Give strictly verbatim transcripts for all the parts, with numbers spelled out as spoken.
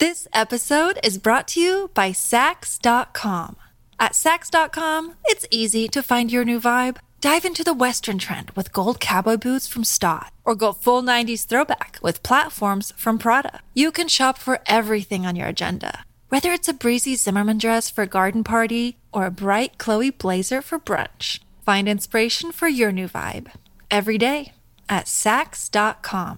This episode is brought to you by Sax dot com. At Sax dot com, it's easy to find your new vibe. Dive into the Western trend with gold cowboy boots from Stott, or go full nineties throwback with platforms from Prada. You can shop for everything on your agenda, whether it's a breezy Zimmermann dress for a garden party or a bright Chloe blazer for brunch. Find inspiration for your new vibe every day at Sax dot com.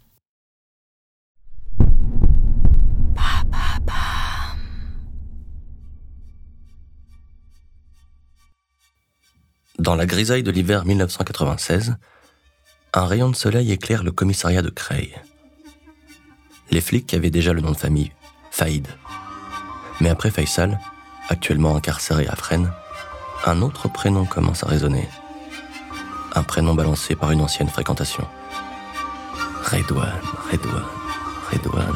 Dans la grisaille de l'hiver dix-neuf cent quatre-vingt-seize, un rayon de soleil éclaire le commissariat de Creil. Les flics avaient déjà le nom de famille, Faïd. Mais après Faisal, actuellement incarcéré à Fresnes, un autre prénom commence à résonner. Un prénom balancé par une ancienne fréquentation. Redouane, Redouane, Redouane.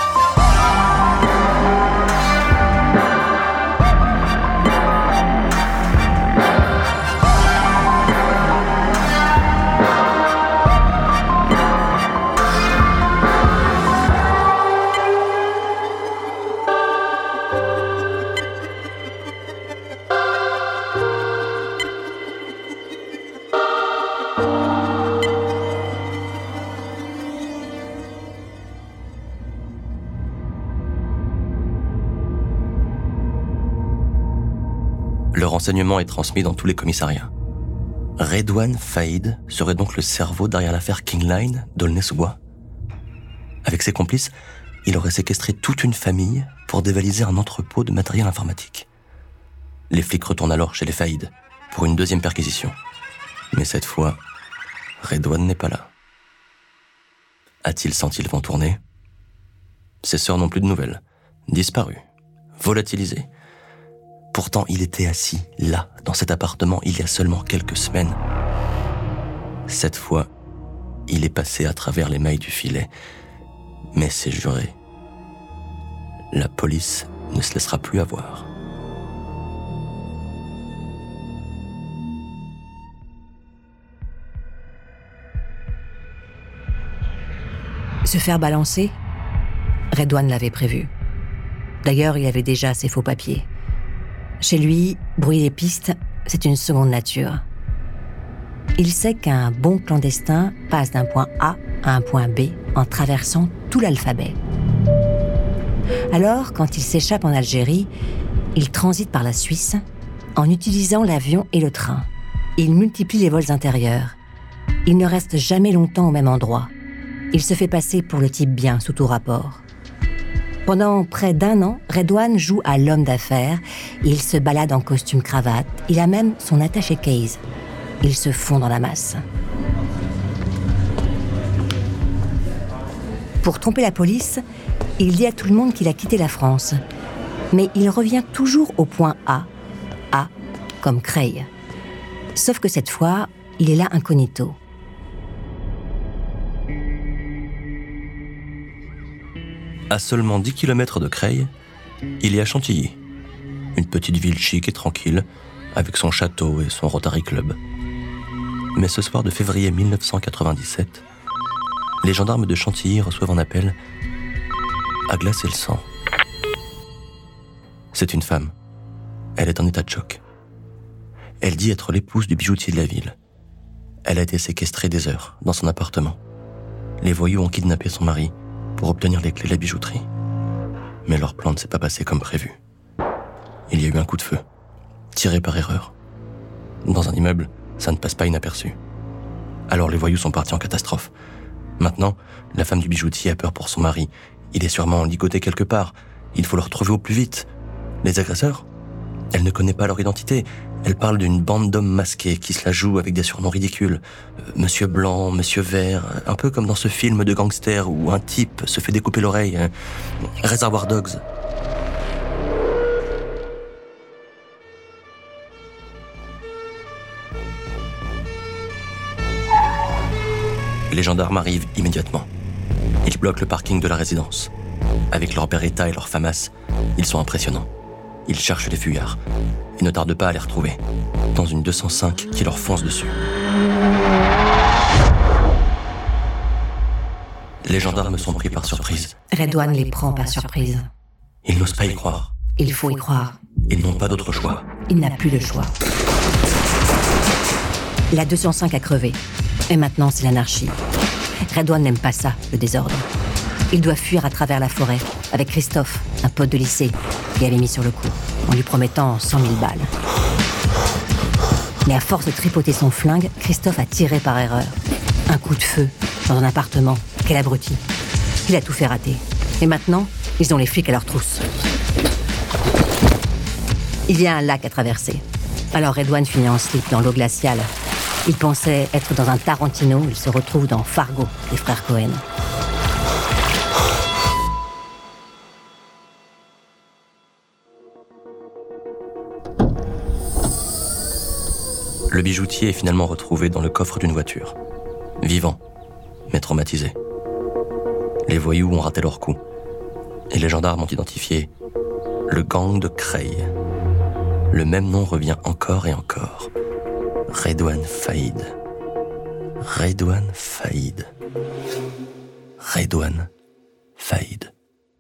Le renseignement est transmis dans tous les commissariats. Redouane Faïd serait donc le cerveau derrière l'affaire King Line d'Aulnay-sous-Bois. Avec ses complices, il aurait séquestré toute une famille pour dévaliser un entrepôt de matériel informatique. Les flics retournent alors chez les Faïd pour une deuxième perquisition. Mais cette fois, Redouane n'est pas là. A-t-il senti le vent tourner ? Ses sœurs n'ont plus de nouvelles. Disparues. Volatilisées. Pourtant, il était assis, là, dans cet appartement, il y a seulement quelques semaines. Cette fois, il est passé à travers les mailles du filet. Mais c'est juré. La police ne se laissera plus avoir. Se faire balancer, Redouane l'avait prévu. D'ailleurs, il avait déjà ses faux papiers. Chez lui, brouiller les pistes, c'est une seconde nature. Il sait qu'un bon clandestin passe d'un point A à un point B en traversant tout l'alphabet. Alors, quand il s'échappe en Algérie, il transite par la Suisse en utilisant l'avion et le train. Il multiplie les vols intérieurs. Il ne reste jamais longtemps au même endroit. Il se fait passer pour le type bien sous tout rapport. Pendant près d'un an, Redouane joue à l'homme d'affaires. Il se balade en costume cravate. Il a même son attaché case. Il se fond dans la masse. Pour tromper la police, il dit à tout le monde qu'il a quitté la France. Mais il revient toujours au point A. A comme Creil. Sauf que cette fois, il est là incognito. À seulement dix kilomètres de Creil, il y a Chantilly, une petite ville chic et tranquille, avec son château et son Rotary Club. Mais ce soir de février dix-neuf cent quatre-vingt-dix-sept, les gendarmes de Chantilly reçoivent un appel à glacer le sang. C'est une femme. Elle est en état de choc. Elle dit être l'épouse du bijoutier de la ville. Elle a été séquestrée des heures dans son appartement. Les voyous ont kidnappé son mari pour obtenir les clés de la bijouterie. Mais leur plan ne s'est pas passé comme prévu. Il y a eu un coup de feu, tiré par erreur. Dans un immeuble, ça ne passe pas inaperçu. Alors les voyous sont partis en catastrophe. Maintenant, la femme du bijoutier a peur pour son mari. Il est sûrement ligoté quelque part. Il faut le retrouver au plus vite. Les agresseurs ? Elle ne connaît pas leur identité. Elle parle d'une bande d'hommes masqués qui se la jouent avec des surnoms ridicules. Euh, Monsieur Blanc, Monsieur Vert, un peu comme dans ce film de gangster où un type se fait découper l'oreille. Hein. Reservoir Dogs. Les gendarmes arrivent immédiatement. Ils bloquent le parking de la résidence. Avec leur Beretta et leur FAMAS, ils sont impressionnants. Ils cherchent les fuyards et ne tardent pas à les retrouver, dans une deux cent cinq qui leur fonce dessus. Les gendarmes sont pris par surprise. Redouane les prend par surprise. Ils n'osent pas y croire. Il faut y croire. Ils n'ont pas d'autre choix. Il n'a plus le choix. La deux cent cinq a crevé. Et maintenant, c'est l'anarchie. Redouane n'aime pas ça, le désordre. Il doit fuir à travers la forêt, avec Christophe, un pote de lycée, qui avait mis sur le coup, en lui promettant cent mille balles. Mais à force de tripoter son flingue, Christophe a tiré par erreur. Un coup de feu, dans un appartement. Quel abruti. Il a tout fait rater. Et maintenant, ils ont les flics à leur trousse. Il y a un lac à traverser. Alors Redouane finit en slip dans l'eau glaciale. Il pensait être dans un Tarantino, il se retrouve dans Fargo, des frères Cohen. Le bijoutier est finalement retrouvé dans le coffre d'une voiture. Vivant, mais traumatisé. Les voyous ont raté leur coup. Et les gendarmes ont identifié le gang de Creil. Le même nom revient encore et encore. Redouane Faïd. Redouane Faïd. Redouane Faïd.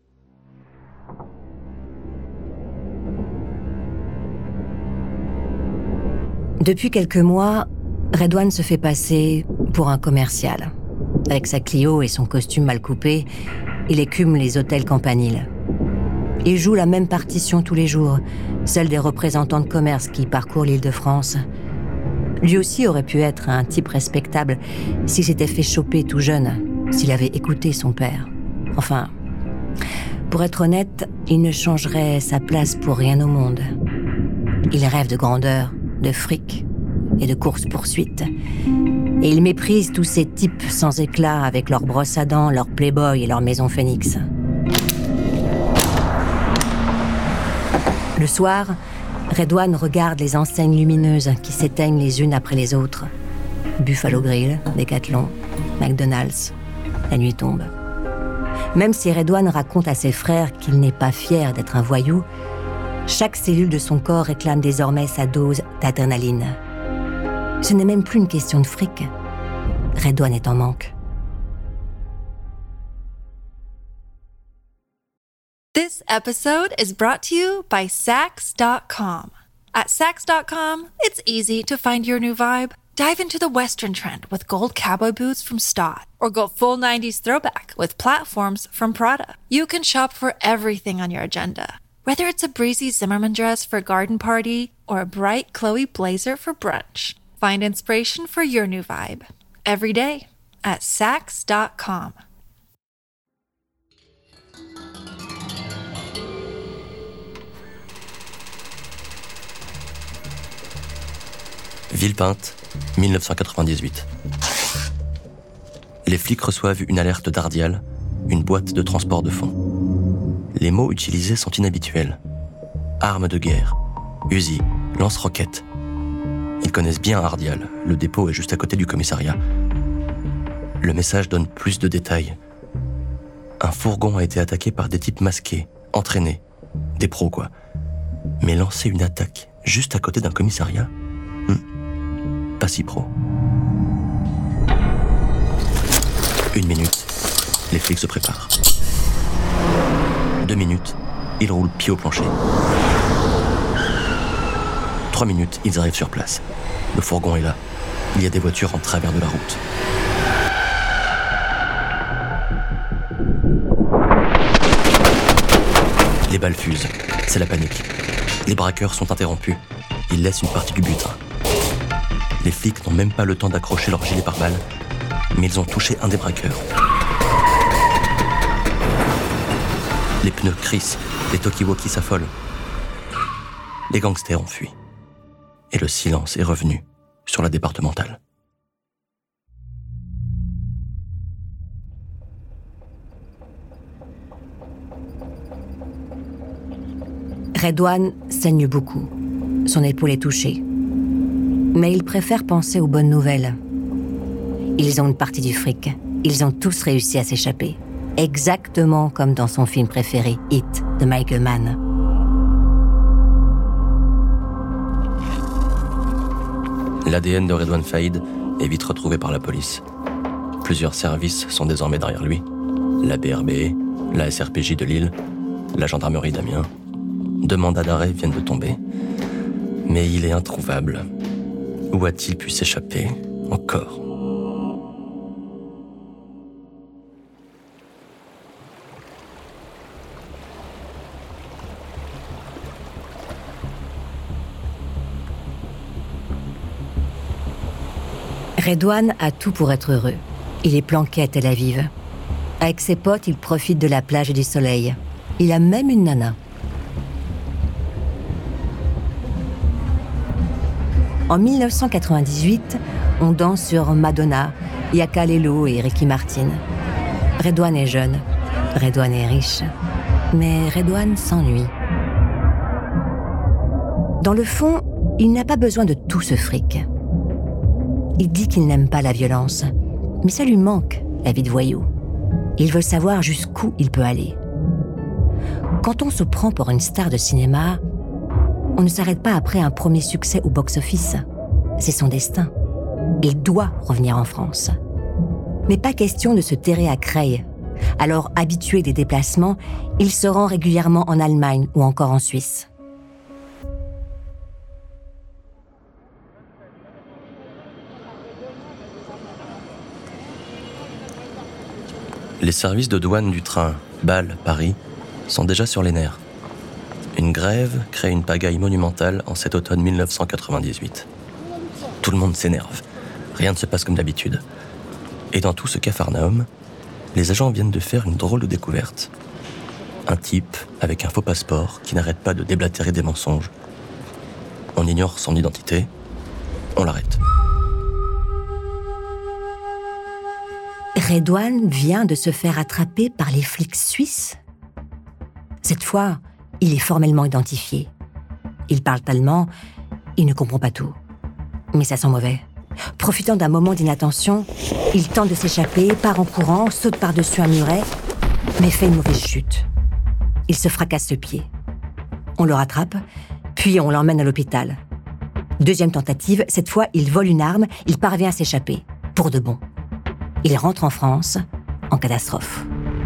Depuis quelques mois, Redouane se fait passer pour un commercial. Avec sa Clio et son costume mal coupé, il écume les hôtels campaniles. Il joue la même partition tous les jours, celle des représentants de commerce qui parcourent l'Île-de-France. Lui aussi aurait pu être un type respectable s'il s'était fait choper tout jeune, s'il avait écouté son père. Enfin, pour être honnête, il ne changerait sa place pour rien au monde. Il rêve de grandeur, de fric et de course-poursuite. Et il méprise tous ces types sans éclat avec leurs brosses à dents, leurs Playboy et leur maison Phoenix. Le soir, Redouane regarde les enseignes lumineuses qui s'éteignent les unes après les autres. Buffalo Grill, Decathlon, McDonald's. La nuit tombe. Même si Redouane raconte à ses frères qu'il n'est pas fier d'être un voyou, chaque cellule de son corps réclame désormais sa dose d'adrénaline. Ce n'est même plus une question de fric. Redouane est en manque. This episode is brought to you by Sax dot com. At Sax dot com, it's easy to find your new vibe. Dive into the Western trend with gold cowboy boots from Stott, or go full nineties throwback with platforms from Prada. You can shop for everything on your agenda, whether it's a breezy Zimmermann dress for a garden party or a bright Chloe blazer for brunch. Find inspiration for your new vibe every day at Sax dot com. Villepinte, dix-neuf cent quatre-vingt-dix-huit. Les flics reçoivent une alerte d'Ardial, une boîte de transport de fonds. Les mots utilisés sont inhabituels. Armes de guerre, Uzi, lance-roquettes. Ils connaissent bien Ardial, le dépôt est juste à côté du commissariat. Le message donne plus de détails. Un fourgon a été attaqué par des types masqués, entraînés, des pros quoi. Mais lancer une attaque juste à côté d'un commissariat, hmm, pas si pro. Une minute, les flics se préparent. Deux minutes, ils roulent pied au plancher. Trois minutes, ils arrivent sur place. Le fourgon est là. Il y a des voitures en travers de la route. Les balles fusent. C'est la panique. Les braqueurs sont interrompus. Ils laissent une partie du butin. Les flics n'ont même pas le temps d'accrocher leur gilet pare-balles, mais ils ont touché un des braqueurs. Les pneus crissent, les talkie-walkies s'affolent. Les gangsters ont fui. Et le silence est revenu sur la départementale. Redouane saigne beaucoup. Son épaule est touchée. Mais il préfère penser aux bonnes nouvelles. Ils ont une partie du fric. Ils ont tous réussi à s'échapper. Exactement comme dans son film préféré, Hit, de Michael Mann. L'A D N de Redouane Faïd est vite retrouvé par la police. Plusieurs services sont désormais derrière lui. La B R B, la S R P J de Lille, la gendarmerie d'Amiens. Deux mandats d'arrêt viennent de tomber. Mais il est introuvable. Où a-t-il pu s'échapper encore ? Redouane a tout pour être heureux. Il est planqué à Tel Aviv. Avec ses potes, il profite de la plage et du soleil. Il a même une nana. En dix-neuf cent quatre-vingt-dix-huit, on danse sur Madonna, Yaka Lelo et Ricky Martin. Redouane est jeune, Redouane est riche, mais Redouane s'ennuie. Dans le fond, il n'a pas besoin de tout ce fric. Il dit qu'il n'aime pas la violence, mais ça lui manque, la vie de voyou. Il veut savoir jusqu'où il peut aller. Quand on se prend pour une star de cinéma, on ne s'arrête pas après un premier succès au box-office. C'est son destin. Il doit revenir en France. Mais pas question de se terrer à Creil. Alors, habitué des déplacements, il se rend régulièrement en Allemagne ou encore en Suisse. Les services de douane du train Bâle-Paris sont déjà sur les nerfs. Une grève crée une pagaille monumentale en cet automne dix-neuf cent quatre-vingt-dix-huit. Tout le monde s'énerve. Rien ne se passe comme d'habitude. Et dans tout ce capharnaüm, les agents viennent de faire une drôle de découverte. Un type avec un faux passeport qui n'arrête pas de déblatérer des mensonges. On ignore son identité, on l'arrête. Redouane vient de se faire attraper par les flics suisses. Cette fois, il est formellement identifié. Il parle allemand, il ne comprend pas tout. Mais ça sent mauvais. Profitant d'un moment d'inattention, il tente de s'échapper, part en courant, saute par-dessus un muret, mais fait une mauvaise chute. Il se fracasse le pied. On le rattrape, puis on l'emmène à l'hôpital. Deuxième tentative, cette fois, il vole une arme, il parvient à s'échapper, pour de bon. Il rentre en France, en catastrophe.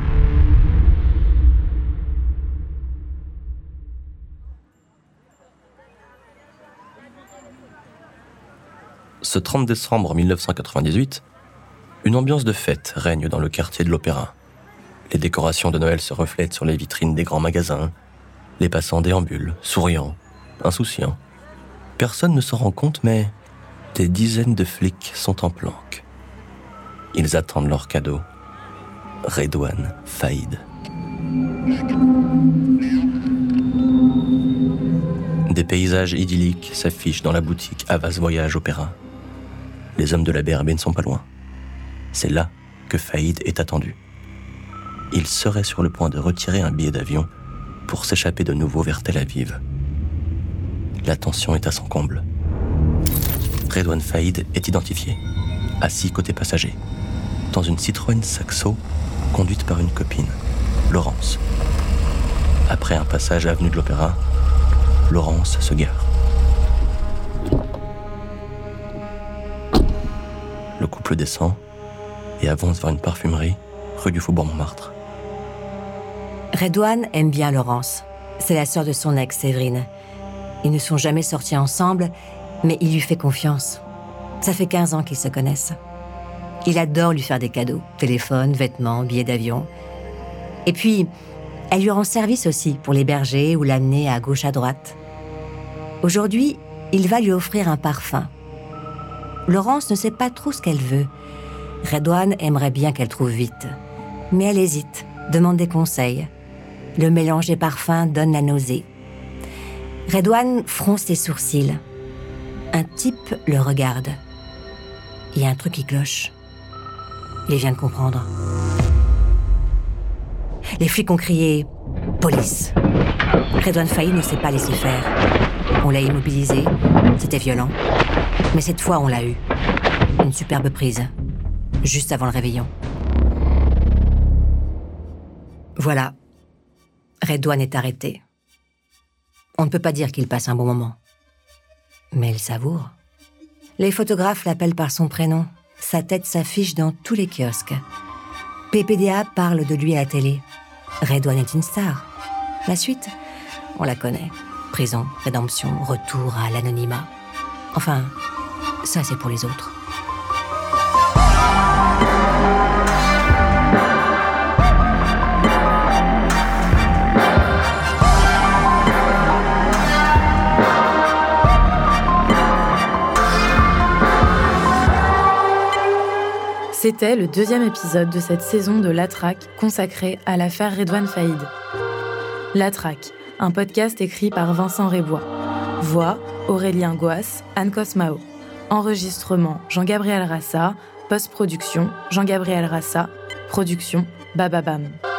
Ce trente décembre dix-neuf cent quatre-vingt-dix-huit, une ambiance de fête règne dans le quartier de l'Opéra. Les décorations de Noël se reflètent sur les vitrines des grands magasins. Les passants déambulent, souriants, insouciants. Personne ne s'en rend compte, mais des dizaines de flics sont en planque. Ils attendent leur cadeau. Redouane Faïd. Des paysages idylliques s'affichent dans la boutique Havas Voyage Opéra. Les hommes de la B R B ne sont pas loin. C'est là que Faïd est attendu. Il serait sur le point de retirer un billet d'avion pour s'échapper de nouveau vers Tel Aviv. La tension est à son comble. Redouane Faïd est identifié, assis côté passager, dans une Citroën Saxo conduite par une copine, Laurence. Après un passage à avenue de l'Opéra, Laurence se gare. Le couple descend et avance vers une parfumerie rue du Faubourg Montmartre. Redouane aime bien Laurence. C'est la sœur de son ex, Séverine. Ils ne sont jamais sortis ensemble, mais il lui fait confiance. Ça fait quinze ans qu'ils se connaissent. Il adore lui faire des cadeaux. Téléphone, vêtements, billets d'avion. Et puis, elle lui rend service aussi pour l'héberger ou l'amener à gauche à droite. Aujourd'hui, il va lui offrir un parfum. Laurence ne sait pas trop ce qu'elle veut. Redouane aimerait bien qu'elle trouve vite. Mais elle hésite, demande des conseils. Le mélange des parfums donne la nausée. Redouane fronce ses sourcils. Un type le regarde. Il y a un truc qui cloche. Il vient de comprendre. Les flics ont crié « Police !» Redouane Faïd ne s'est pas laissé faire. On l'a immobilisé, c'était violent. Mais cette fois, on l'a eu. Une superbe prise, juste avant le réveillon. Voilà, Redouane est arrêté. On ne peut pas dire qu'il passe un bon moment. Mais il savoure. Les photographes l'appellent par son prénom. Sa tête s'affiche dans tous les kiosques. P P D A parle de lui à la télé. Redouane est une star. La suite, on la connaît. Prison, rédemption, retour à l'anonymat. Enfin, ça c'est pour les autres. C'était le deuxième épisode de cette saison de La Traque consacrée à l'affaire Redouane Faïd. La Traque, un podcast écrit par Vincent Rébois. Voix, Aurélien Goas, Anne Cosmao. Enregistrement, Jean-Gabriel Rassa. Post-production, Jean-Gabriel Rassa. Production, Bababam.